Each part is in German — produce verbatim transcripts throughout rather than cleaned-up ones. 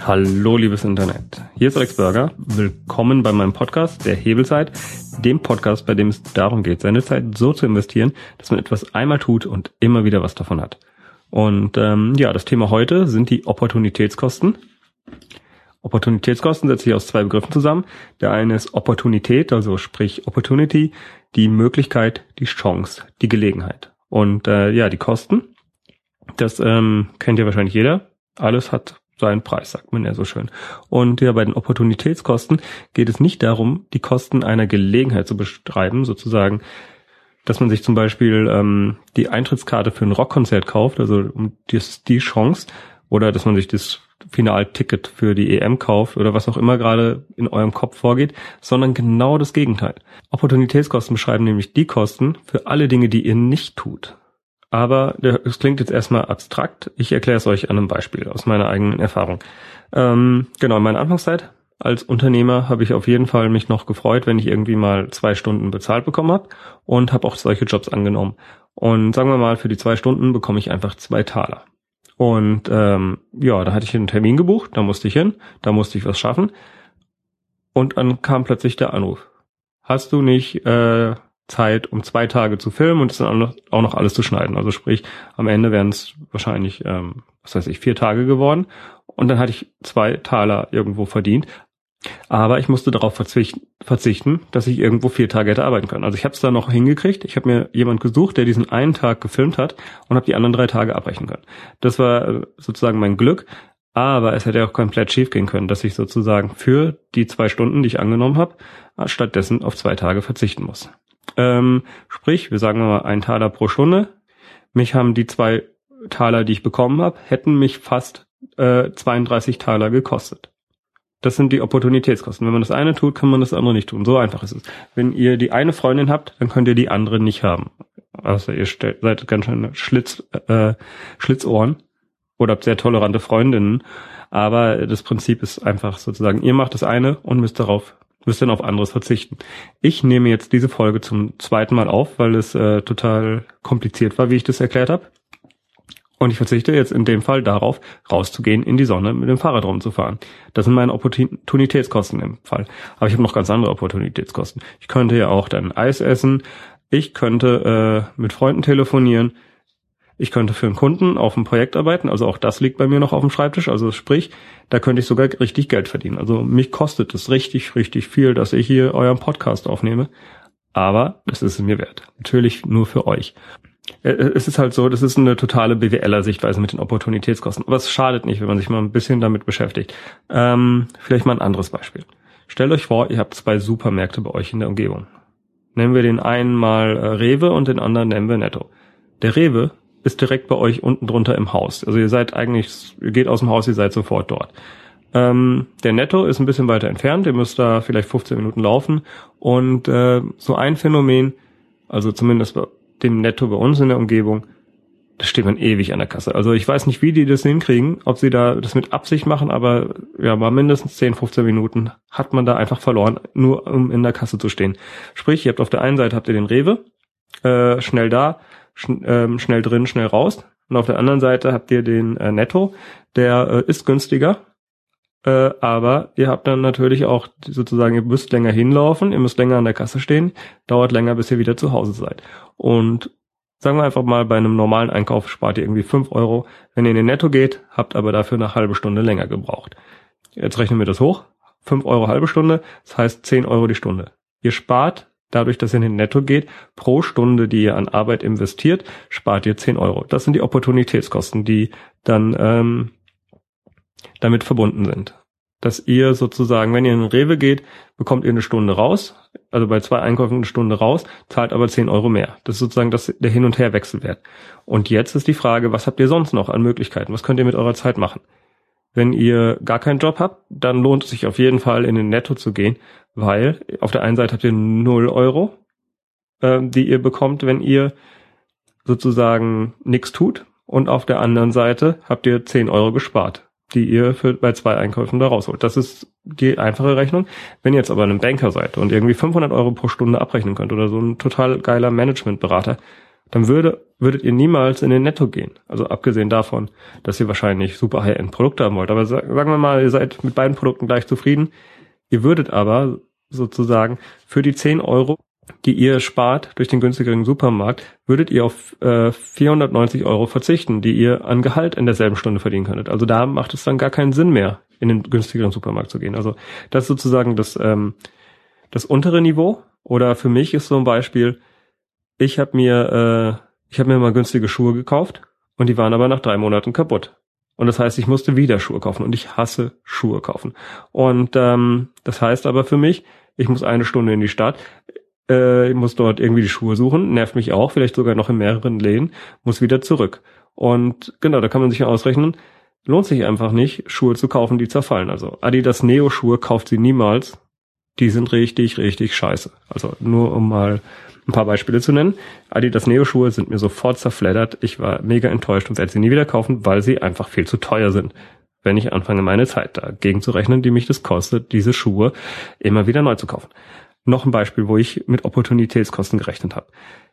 Hallo liebes Internet, hier ist Alex Burger. Willkommen bei meinem Podcast, der Hebelzeit, dem Podcast, bei dem es darum geht, seine Zeit so zu investieren, dass man etwas einmal tut und immer wieder was davon hat. Und ähm, ja, das Thema heute sind die Opportunitätskosten. Opportunitätskosten setzt sich aus zwei Begriffen zusammen. Der eine ist Opportunität, also sprich Opportunity, die Möglichkeit, die Chance, die Gelegenheit. Und äh, ja, die Kosten, das ähm, kennt ja wahrscheinlich jeder. Alles hat seinen Preis, sagt man ja so schön. Und ja, bei den Opportunitätskosten geht es nicht darum, die Kosten einer Gelegenheit zu beschreiben, sozusagen, dass man sich zum Beispiel ähm, die Eintrittskarte für ein Rockkonzert kauft, also um die, die Chance, oder dass man sich das Finalticket für die E M kauft oder was auch immer gerade in eurem Kopf vorgeht, sondern genau das Gegenteil. Opportunitätskosten beschreiben nämlich die Kosten für alle Dinge, die ihr nicht tut. Aber es klingt jetzt erstmal abstrakt. Ich erkläre es euch an einem Beispiel aus meiner eigenen Erfahrung. Ähm, genau, in meiner Anfangszeit als Unternehmer habe ich auf jeden Fall mich noch gefreut, wenn ich irgendwie mal zwei Stunden bezahlt bekommen habe und habe auch solche Jobs angenommen. Und sagen wir mal, für die zwei Stunden bekomme ich einfach zwei Taler. Und ähm, ja, da hatte ich einen Termin gebucht, da musste ich hin, da musste ich was schaffen. Und dann kam plötzlich der Anruf. Hast du nicht äh, Zeit, um zwei Tage zu filmen und es dann auch noch alles zu schneiden? Also sprich, am Ende wären es wahrscheinlich, ähm, was weiß ich, vier Tage geworden. Und dann hatte ich zwei Taler irgendwo verdient. Aber ich musste darauf verzichten, dass ich irgendwo vier Tage hätte arbeiten können. Also ich habe es da noch hingekriegt. Ich habe mir jemand gesucht, der diesen einen Tag gefilmt hat und habe die anderen drei Tage abbrechen können. Das war sozusagen mein Glück. Aber es hätte auch komplett schief gehen können, dass ich sozusagen für die zwei Stunden, die ich angenommen habe, stattdessen auf zwei Tage verzichten muss. Ähm, sprich, wir sagen mal einen Taler pro Stunde. Mich haben die zwei Taler, die ich bekommen habe, hätten mich fast äh, zweiunddreißig Taler gekostet. Das sind die Opportunitätskosten. Wenn man das eine tut, kann man das andere nicht tun. So einfach ist es. Wenn ihr die eine Freundin habt, dann könnt ihr die andere nicht haben. Also ihr stellt, seid ganz schön Schlitz, äh, Schlitzohren oder habt sehr tolerante Freundinnen. Aber das Prinzip ist einfach sozusagen, ihr macht das eine und müsst darauf, müsst dann auf anderes verzichten. Ich nehme jetzt diese Folge zum zweiten Mal auf, weil es äh, total kompliziert war, wie ich das erklärt habe. Und ich verzichte jetzt in dem Fall darauf, rauszugehen in die Sonne mit dem Fahrrad rumzufahren. Das sind meine Opportunitätskosten im Fall. Aber ich habe noch ganz andere Opportunitätskosten. Ich könnte ja auch dann Eis essen. Ich könnte äh, mit Freunden telefonieren. Ich könnte für einen Kunden auf einem Projekt arbeiten. Also auch das liegt bei mir noch auf dem Schreibtisch. Also sprich, da könnte ich sogar richtig Geld verdienen. Also mich kostet es richtig, richtig viel, dass ich hier euren Podcast aufnehme. Aber das ist es mir wert. Natürlich nur für euch. Es ist halt so, das ist eine totale B W Ler-Sichtweise mit den Opportunitätskosten. Aber es schadet nicht, wenn man sich mal ein bisschen damit beschäftigt. Ähm, vielleicht mal ein anderes Beispiel. Stellt euch vor, ihr habt zwei Supermärkte bei euch in der Umgebung. Nennen wir den einen mal äh, Rewe und den anderen nennen wir Netto. Der Rewe ist direkt bei euch unten drunter im Haus. Also ihr seid eigentlich, ihr geht aus dem Haus, ihr seid sofort dort. Ähm, der Netto ist ein bisschen weiter entfernt, ihr müsst da vielleicht fünfzehn Minuten laufen. Und äh, so ein Phänomen, also zumindest bei dem Netto bei uns in der Umgebung, da steht man ewig an der Kasse. Also ich weiß nicht, wie die das hinkriegen, ob sie da das mit Absicht machen, aber ja, mal mindestens zehn, fünfzehn Minuten hat man da einfach verloren, nur um in der Kasse zu stehen. Sprich, ihr habt auf der einen Seite habt ihr den Rewe, äh, schnell da, schn- ähm, schnell drin, schnell raus. Und auf der anderen Seite habt ihr den äh, Netto, der äh, ist günstiger, äh, aber ihr habt dann natürlich auch sozusagen, ihr müsst länger hinlaufen, ihr müsst länger an der Kasse stehen, dauert länger, bis ihr wieder zu Hause seid. Und sagen wir einfach mal, bei einem normalen Einkauf spart ihr irgendwie fünf Euro. Wenn ihr in den Netto geht, habt aber dafür eine halbe Stunde länger gebraucht. Jetzt rechnen wir das hoch. fünf Euro halbe Stunde, das heißt zehn Euro die Stunde. Ihr spart, dadurch, dass ihr in den Netto geht, pro Stunde, die ihr an Arbeit investiert, spart ihr zehn Euro. Das sind die Opportunitätskosten, die dann ähm, damit verbunden sind. Dass ihr sozusagen, wenn ihr in den Rewe geht, bekommt ihr eine Stunde raus, also bei zwei Einkäufen eine Stunde raus, zahlt aber zehn Euro mehr. Das ist sozusagen das, der Hin- und Her-Wechselwert. Und jetzt ist die Frage, was habt ihr sonst noch an Möglichkeiten? Was könnt ihr mit eurer Zeit machen? Wenn ihr gar keinen Job habt, dann lohnt es sich auf jeden Fall in den Netto zu gehen, weil auf der einen Seite habt ihr null Euro, äh, die ihr bekommt, wenn ihr sozusagen nichts tut, und auf der anderen Seite habt ihr zehn Euro gespart, die ihr für bei zwei Einkäufen da rausholt. Das ist die einfache Rechnung. Wenn ihr jetzt aber ein Banker seid und irgendwie fünfhundert Euro pro Stunde abrechnen könnt oder so ein total geiler Managementberater, dann würde würdet ihr niemals in den Netto gehen. Also abgesehen davon, dass ihr wahrscheinlich super High-End-Produkte haben wollt. Aber sagen wir mal, ihr seid mit beiden Produkten gleich zufrieden. Ihr würdet aber sozusagen für die zehn Euro, die ihr spart durch den günstigeren Supermarkt, würdet ihr auf äh, vierhundertneunzig Euro verzichten, die ihr an Gehalt in derselben Stunde verdienen könntet. Also da macht es dann gar keinen Sinn mehr, in den günstigeren Supermarkt zu gehen. Also das ist sozusagen das, ähm, das untere Niveau. Oder für mich ist so ein Beispiel, ich habe mir, äh, ich habe mir mal günstige Schuhe gekauft und die waren aber nach drei Monaten kaputt. Und das heißt, ich musste wieder Schuhe kaufen und ich hasse Schuhe kaufen. Und ähm, das heißt aber für mich, ich muss eine Stunde in die Stadt, äh, ich muss dort irgendwie die Schuhe suchen, nervt mich auch, vielleicht sogar noch in mehreren Läden, muss wieder zurück. Und genau, da kann man sich ja ausrechnen, lohnt sich einfach nicht, Schuhe zu kaufen, die zerfallen. Also Adidas Neo-Schuhe kauft sie niemals, die sind richtig, richtig scheiße. Also nur um mal ein paar Beispiele zu nennen. Adidas Neo-Schuhe sind mir sofort zerfleddert. Ich war mega enttäuscht und werde sie nie wieder kaufen, weil sie einfach viel zu teuer sind. Wenn ich anfange, meine Zeit dagegen zu rechnen, die mich das kostet, diese Schuhe immer wieder neu zu kaufen. Noch ein Beispiel, wo ich mit Opportunitätskosten gerechnet habe.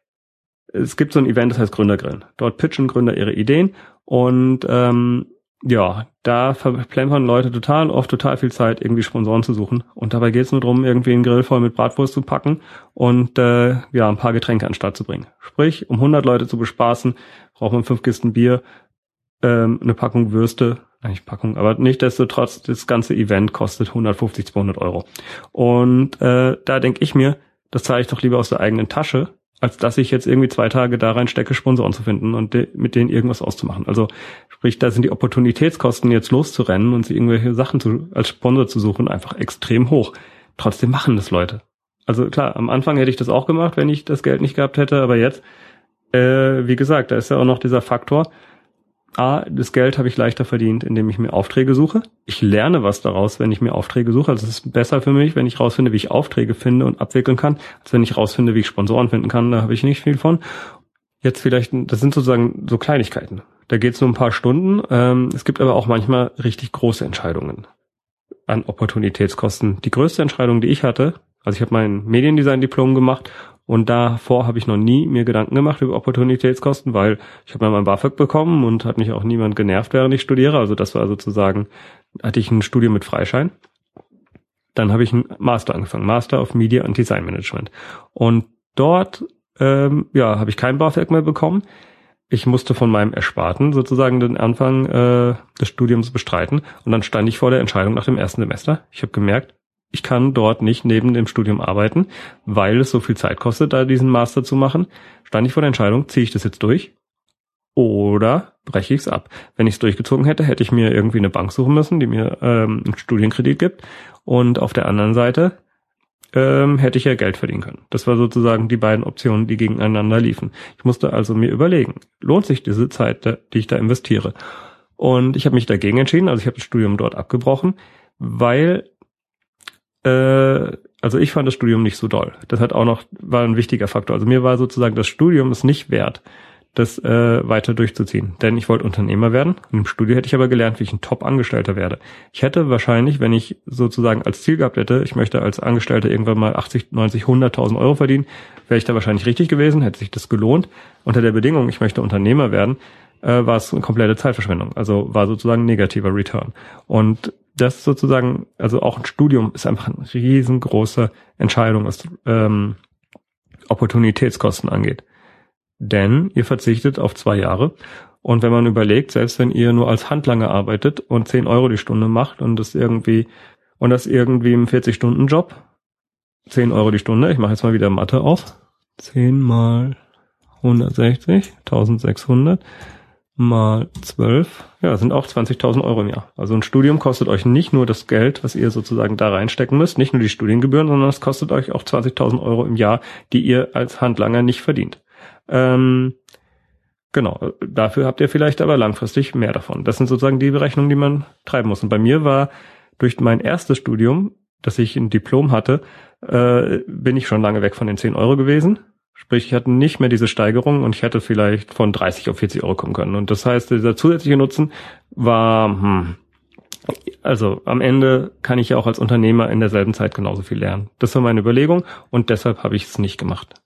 Es gibt so ein Event, das heißt Gründergrillen. Dort pitchen Gründer ihre Ideen und ähm, ja, da verplempern Leute total oft total viel Zeit, irgendwie Sponsoren zu suchen. Und dabei geht es nur darum, irgendwie einen Grill voll mit Bratwurst zu packen und äh, ja ein paar Getränke an den Start zu bringen. Sprich, um hundert Leute zu bespaßen, braucht man fünf Kisten Bier, ähm, eine Packung Würste, eigentlich Packung, aber nichtsdestotrotz, das ganze Event kostet hundertfünfzig, zweihundert Euro. Und äh, da denke ich mir, das zahle ich doch lieber aus der eigenen Tasche, als dass ich jetzt irgendwie zwei Tage da reinstecke, Sponsoren zu finden und de- mit denen irgendwas auszumachen. Also sprich, da sind die Opportunitätskosten, jetzt loszurennen und sich irgendwelche Sachen zu, als Sponsor zu suchen, einfach extrem hoch. Trotzdem machen das Leute. Also klar, am Anfang hätte ich das auch gemacht, wenn ich das Geld nicht gehabt hätte, aber jetzt, äh, wie gesagt, da ist ja auch noch dieser Faktor, A, das Geld habe ich leichter verdient, indem ich mir Aufträge suche. Ich lerne was daraus, wenn ich mir Aufträge suche. Also es ist besser für mich, wenn ich rausfinde, wie ich Aufträge finde und abwickeln kann, als wenn ich rausfinde, wie ich Sponsoren finden kann. Da habe ich nicht viel von. Jetzt vielleicht, das sind sozusagen so Kleinigkeiten. Da geht es nur ein paar Stunden. Ähm, es gibt aber auch manchmal richtig große Entscheidungen an Opportunitätskosten. Die größte Entscheidung, die ich hatte, also ich habe mein Mediendesign-Diplom gemacht und davor habe ich noch nie mir Gedanken gemacht über Opportunitätskosten, weil ich habe mal mein BAföG bekommen und hat mich auch niemand genervt, während ich studiere. Also das war sozusagen, hatte ich ein Studium mit Freischein. Dann habe ich einen Master angefangen, Master of Media and Design Management. Und dort ähm, ja, habe ich kein BAföG mehr bekommen. Ich musste von meinem Ersparten sozusagen den Anfang äh, des Studiums bestreiten. Und dann stand ich vor der Entscheidung nach dem ersten Semester. Ich habe gemerkt, ich kann dort nicht neben dem Studium arbeiten, weil es so viel Zeit kostet, da diesen Master zu machen. Stand ich vor der Entscheidung, ziehe ich das jetzt durch oder breche ich es ab? Wenn ich es durchgezogen hätte, hätte ich mir irgendwie eine Bank suchen müssen, die mir ähm, einen Studienkredit gibt. Und auf der anderen Seite ähm, hätte ich ja Geld verdienen können. Das war sozusagen die beiden Optionen, die gegeneinander liefen. Ich musste also mir überlegen, lohnt sich diese Zeit, die ich da investiere? Und ich habe mich dagegen entschieden, also ich habe das Studium dort abgebrochen, weil Äh, also ich fand das Studium nicht so doll. Das hat auch noch, war ein wichtiger Faktor. Also mir war sozusagen das Studium ist nicht wert, das äh, weiter durchzuziehen. Denn ich wollte Unternehmer werden. Und im Studium hätte ich aber gelernt, wie ich ein Top-Angestellter werde. Ich hätte wahrscheinlich, wenn ich sozusagen als Ziel gehabt hätte, ich möchte als Angestellter irgendwann mal achtzig, neunzig, hunderttausend Euro verdienen, wäre ich da wahrscheinlich richtig gewesen, hätte sich das gelohnt. Unter der Bedingung, ich möchte Unternehmer werden, äh, war es eine komplette Zeitverschwendung. Also war sozusagen ein negativer Return. Und das sozusagen, also auch ein Studium ist einfach eine riesengroße Entscheidung, was ähm, Opportunitätskosten angeht. Denn ihr verzichtet auf zwei Jahre. Und wenn man überlegt, selbst wenn ihr nur als Handlanger arbeitet und zehn Euro die Stunde macht und das irgendwie und das irgendwie im vierzig-Stunden-Job, zehn Euro die Stunde, ich mache jetzt mal wieder Mathe auf, zehn mal hundertsechzig, eintausendsechshundert mal zwölf, ja, sind auch zwanzigtausend Euro im Jahr. Also ein Studium kostet euch nicht nur das Geld, was ihr sozusagen da reinstecken müsst, nicht nur die Studiengebühren, sondern es kostet euch auch zwanzigtausend Euro im Jahr, die ihr als Handlanger nicht verdient. Ähm, genau, dafür habt ihr vielleicht aber langfristig mehr davon. Das sind sozusagen die Berechnungen, die man treiben muss. Und bei mir war durch mein erstes Studium, dass ich ein Diplom hatte, äh, bin ich schon lange weg von den zehn Euro gewesen. Sprich, ich hatte nicht mehr diese Steigerung und ich hätte vielleicht von dreißig auf vierzig Euro kommen können. Und das heißt, dieser zusätzliche Nutzen war, hm, also am Ende kann ich ja auch als Unternehmer in derselben Zeit genauso viel lernen. Das war meine Überlegung und deshalb habe ich es nicht gemacht.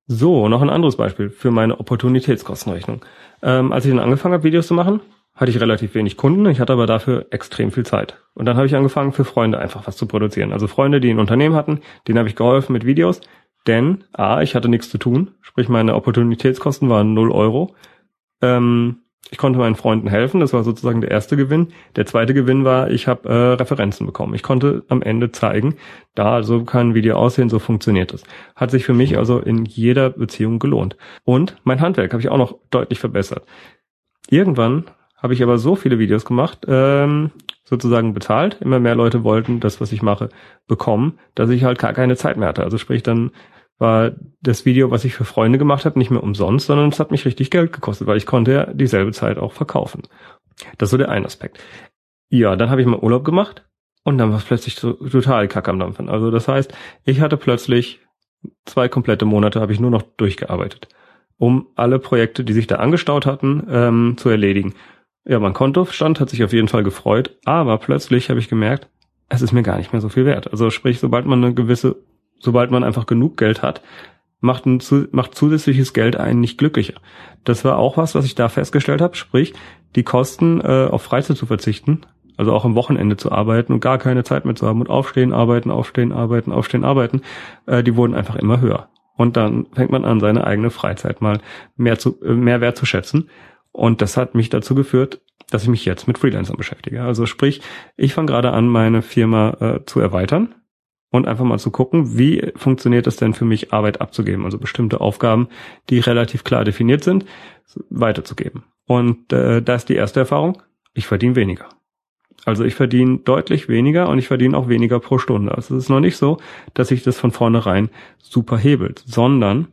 So, noch ein anderes Beispiel für meine Opportunitätskostenrechnung. Ähm, als ich dann angefangen habe, Videos zu machen, hatte ich relativ wenig Kunden, ich hatte aber dafür extrem viel Zeit. Und dann habe ich angefangen, für Freunde einfach was zu produzieren. Also Freunde, die ein Unternehmen hatten, denen habe ich geholfen mit Videos, denn A, ich hatte nichts zu tun, sprich meine Opportunitätskosten waren null Euro. Ähm, ich konnte meinen Freunden helfen, das war sozusagen der erste Gewinn. Der zweite Gewinn war, ich habe äh, Referenzen bekommen. Ich konnte am Ende zeigen, da so kann ein Video aussehen, so funktioniert es. Hat sich für mich also in jeder Beziehung gelohnt. Und mein Handwerk habe ich auch noch deutlich verbessert. Irgendwann habe ich aber so viele Videos gemacht, ähm, sozusagen bezahlt. Immer mehr Leute wollten das, was ich mache, bekommen, dass ich halt gar keine Zeit mehr hatte. Also sprich, dann war das Video, was ich für Freunde gemacht habe, nicht mehr umsonst, sondern es hat mich richtig Geld gekostet, weil ich konnte ja dieselbe Zeit auch verkaufen. Das ist so der eine Aspekt. Ja, dann habe ich mal Urlaub gemacht und dann war es plötzlich so, total Kacke am Dampfen. Also das heißt, ich hatte plötzlich zwei komplette Monate, habe ich nur noch durchgearbeitet, um alle Projekte, die sich da angestaut hatten, ähm, zu erledigen. Ja, mein Kontostand hat sich auf jeden Fall gefreut, aber plötzlich habe ich gemerkt, es ist mir gar nicht mehr so viel wert. Also sprich, sobald man eine gewisse, sobald man einfach genug Geld hat, macht ein macht zusätzliches Geld einen nicht glücklicher. Das war auch was, was ich da festgestellt habe, sprich, die Kosten äh, auf Freizeit zu verzichten, also auch am Wochenende zu arbeiten und gar keine Zeit mehr zu haben und aufstehen, arbeiten, aufstehen, arbeiten, aufstehen, arbeiten, äh, die wurden einfach immer höher. Und dann fängt man an, seine eigene Freizeit mal mehr zu äh, mehr wertzuschätzen. Und das hat mich dazu geführt, dass ich mich jetzt mit Freelancern beschäftige. Also sprich, ich fange gerade an, meine Firma äh, zu erweitern und einfach mal zu gucken, wie funktioniert es denn für mich, Arbeit abzugeben, also bestimmte Aufgaben, die relativ klar definiert sind, weiterzugeben. Und äh, da ist die erste Erfahrung, ich verdiene weniger. Also ich verdiene deutlich weniger und ich verdiene auch weniger pro Stunde. Also es ist noch nicht so, dass sich das von vornherein super hebelt, sondern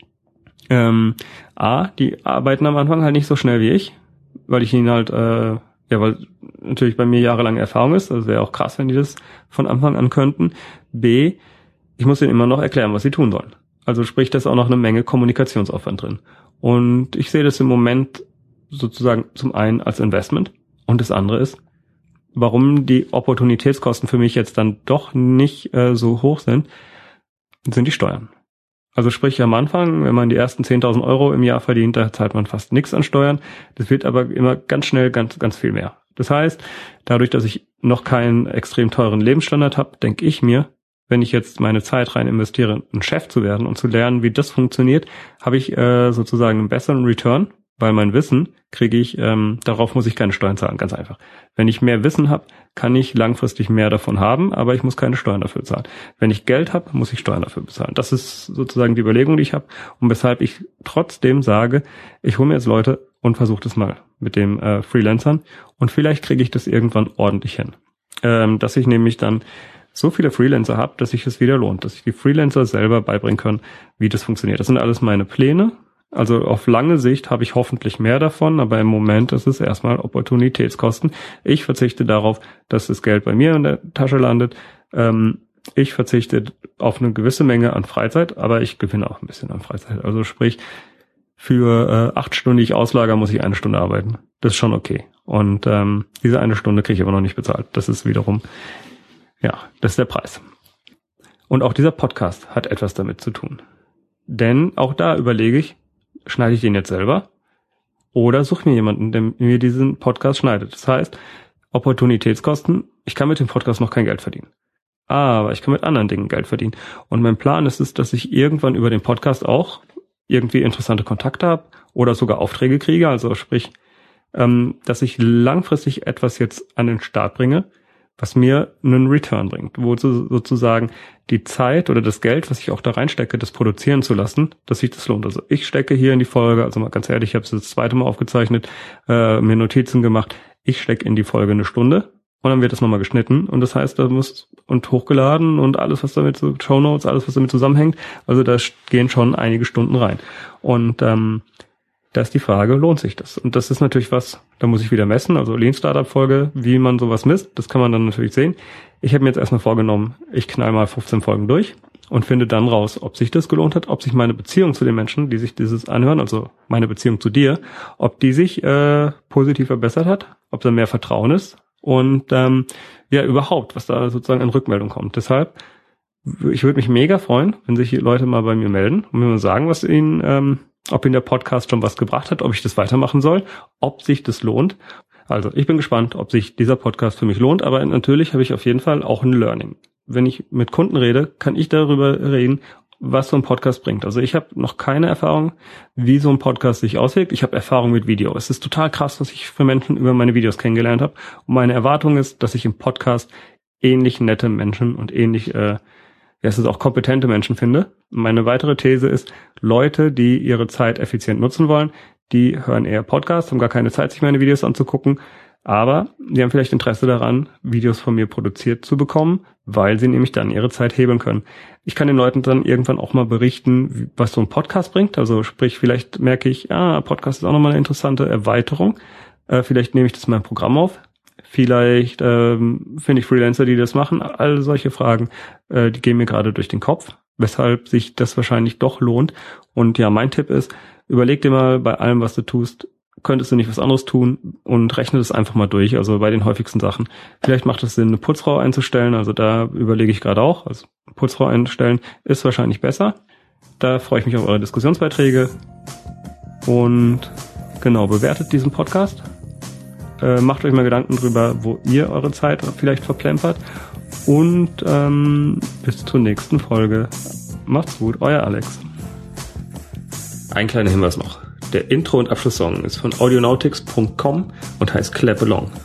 Ähm, A, die arbeiten am Anfang halt nicht so schnell wie ich, weil ich ihnen halt, äh, ja, weil natürlich bei mir jahrelange Erfahrung ist, also wäre auch krass, wenn die das von Anfang an könnten. B, ich muss ihnen immer noch erklären, was sie tun sollen. Also sprich, da ist auch noch eine Menge Kommunikationsaufwand drin. Und ich sehe das im Moment sozusagen zum einen als Investment und das andere ist, warum die Opportunitätskosten für mich jetzt dann doch nicht äh, so hoch sind, sind die Steuern. Also sprich am Anfang, wenn man die ersten zehntausend Euro im Jahr verdient, da zahlt man fast nichts an Steuern. Das wird aber immer ganz schnell ganz ganz viel mehr. Das heißt, dadurch, dass ich noch keinen extrem teuren Lebensstandard habe, denke ich mir, wenn ich jetzt meine Zeit rein investiere, ein Chef zu werden und zu lernen, wie das funktioniert, habe ich äh, sozusagen einen besseren Return, weil mein Wissen kriege ich, ähm, darauf muss ich keine Steuern zahlen, ganz einfach. Wenn ich mehr Wissen habe, kann ich langfristig mehr davon haben, aber ich muss keine Steuern dafür zahlen. Wenn ich Geld habe, muss ich Steuern dafür bezahlen. Das ist sozusagen die Überlegung, die ich habe und weshalb ich trotzdem sage, ich hole mir jetzt Leute und versuche das mal mit dem äh, Freelancern und vielleicht kriege ich das irgendwann ordentlich hin. Ähm, dass ich nämlich dann so viele Freelancer habe, dass sich das wieder lohnt, dass ich die Freelancer selber beibringen kann, wie das funktioniert. Das sind alles meine Pläne. Also auf lange Sicht habe ich hoffentlich mehr davon, aber im Moment ist es erstmal Opportunitätskosten. Ich verzichte darauf, dass das Geld bei mir in der Tasche landet. Ähm, ich verzichte auf eine gewisse Menge an Freizeit, aber ich gewinne auch ein bisschen an Freizeit. Also sprich, für äh, acht Stunden, die ich auslagere, muss ich eine Stunde arbeiten. Das ist schon okay. Und ähm, diese eine Stunde kriege ich aber noch nicht bezahlt. Das ist wiederum, ja, das ist der Preis. Und auch dieser Podcast hat etwas damit zu tun. Denn auch da überlege ich, schneide ich den jetzt selber oder suche mir jemanden, der mir diesen Podcast schneidet. Das heißt, Opportunitätskosten, ich kann mit dem Podcast noch kein Geld verdienen. Aber ich kann mit anderen Dingen Geld verdienen. Und mein Plan ist es, dass ich irgendwann über den Podcast auch irgendwie interessante Kontakte habe oder sogar Aufträge kriege. Also sprich, ähm, dass ich langfristig etwas jetzt an den Start bringe, was mir einen Return bringt, wo sozusagen die Zeit oder das Geld, was ich auch da reinstecke, das produzieren zu lassen, dass sich das lohnt. Also ich stecke hier in die Folge, also mal ganz ehrlich, ich habe es das zweite Mal aufgezeichnet, äh, mir Notizen gemacht, ich stecke in die Folge eine Stunde und dann wird das nochmal geschnitten und das heißt, da muss und hochgeladen und alles, was damit so, Shownotes, alles, was damit zusammenhängt, also da gehen schon einige Stunden rein. Und ähm, da ist die Frage, lohnt sich das? Und das ist natürlich was, da muss ich wieder messen, also Lean Startup Folge, wie man sowas misst, das kann man dann natürlich sehen. Ich habe mir jetzt erstmal vorgenommen, ich knall mal fünfzehn Folgen durch und finde dann raus, ob sich das gelohnt hat, ob sich meine Beziehung zu den Menschen, die sich dieses anhören, also meine Beziehung zu dir, ob die sich äh, positiv verbessert hat, ob da mehr Vertrauen ist und ähm, ja überhaupt, was da sozusagen an Rückmeldung kommt. Deshalb ich würde mich mega freuen, wenn sich Leute mal bei mir melden und mir mal sagen, was ihnen, ähm, ob ihnen der Podcast schon was gebracht hat, ob ich das weitermachen soll, ob sich das lohnt. Also ich bin gespannt, ob sich dieser Podcast für mich lohnt, aber natürlich habe ich auf jeden Fall auch ein Learning. Wenn ich mit Kunden rede, kann ich darüber reden, was so ein Podcast bringt. Also ich habe noch keine Erfahrung, wie so ein Podcast sich auswirkt. Ich habe Erfahrung mit Video. Es ist total krass, was ich für Menschen über meine Videos kennengelernt habe. Und meine Erwartung ist, dass ich im Podcast ähnlich nette Menschen und ähnlich, äh, ja, es ist auch kompetente Menschen finde. Meine weitere These ist, Leute, die ihre Zeit effizient nutzen wollen, die hören eher Podcasts, haben gar keine Zeit, sich meine Videos anzugucken. Aber die haben vielleicht Interesse daran, Videos von mir produziert zu bekommen, weil sie nämlich dann ihre Zeit hebeln können. Ich kann den Leuten dann irgendwann auch mal berichten, was so ein Podcast bringt. Also sprich, vielleicht merke ich, ah, Podcast ist auch nochmal eine interessante Erweiterung. Äh, vielleicht nehme ich das in mein Programm auf. Vielleicht ähm, finde ich Freelancer, die das machen. All solche Fragen, äh, die gehen mir gerade durch den Kopf, weshalb sich das wahrscheinlich doch lohnt. Und ja, mein Tipp ist, überleg dir mal bei allem, was du tust, könntest du nicht was anderes tun und rechne das einfach mal durch, also bei den häufigsten Sachen. Vielleicht macht es Sinn, eine Putzfrau einzustellen, also da überlege ich gerade auch, also Putzfrau einstellen ist wahrscheinlich besser. Da freue ich mich auf eure Diskussionsbeiträge und genau, bewertet diesen Podcast. Äh, macht euch mal Gedanken drüber, wo ihr eure Zeit vielleicht verplempert und ähm, bis zur nächsten Folge. Macht's gut, euer Alex. Ein kleiner Hinweis noch. Der Intro- und Abschlusssong ist von audionautics punkt com und heißt Clap Along.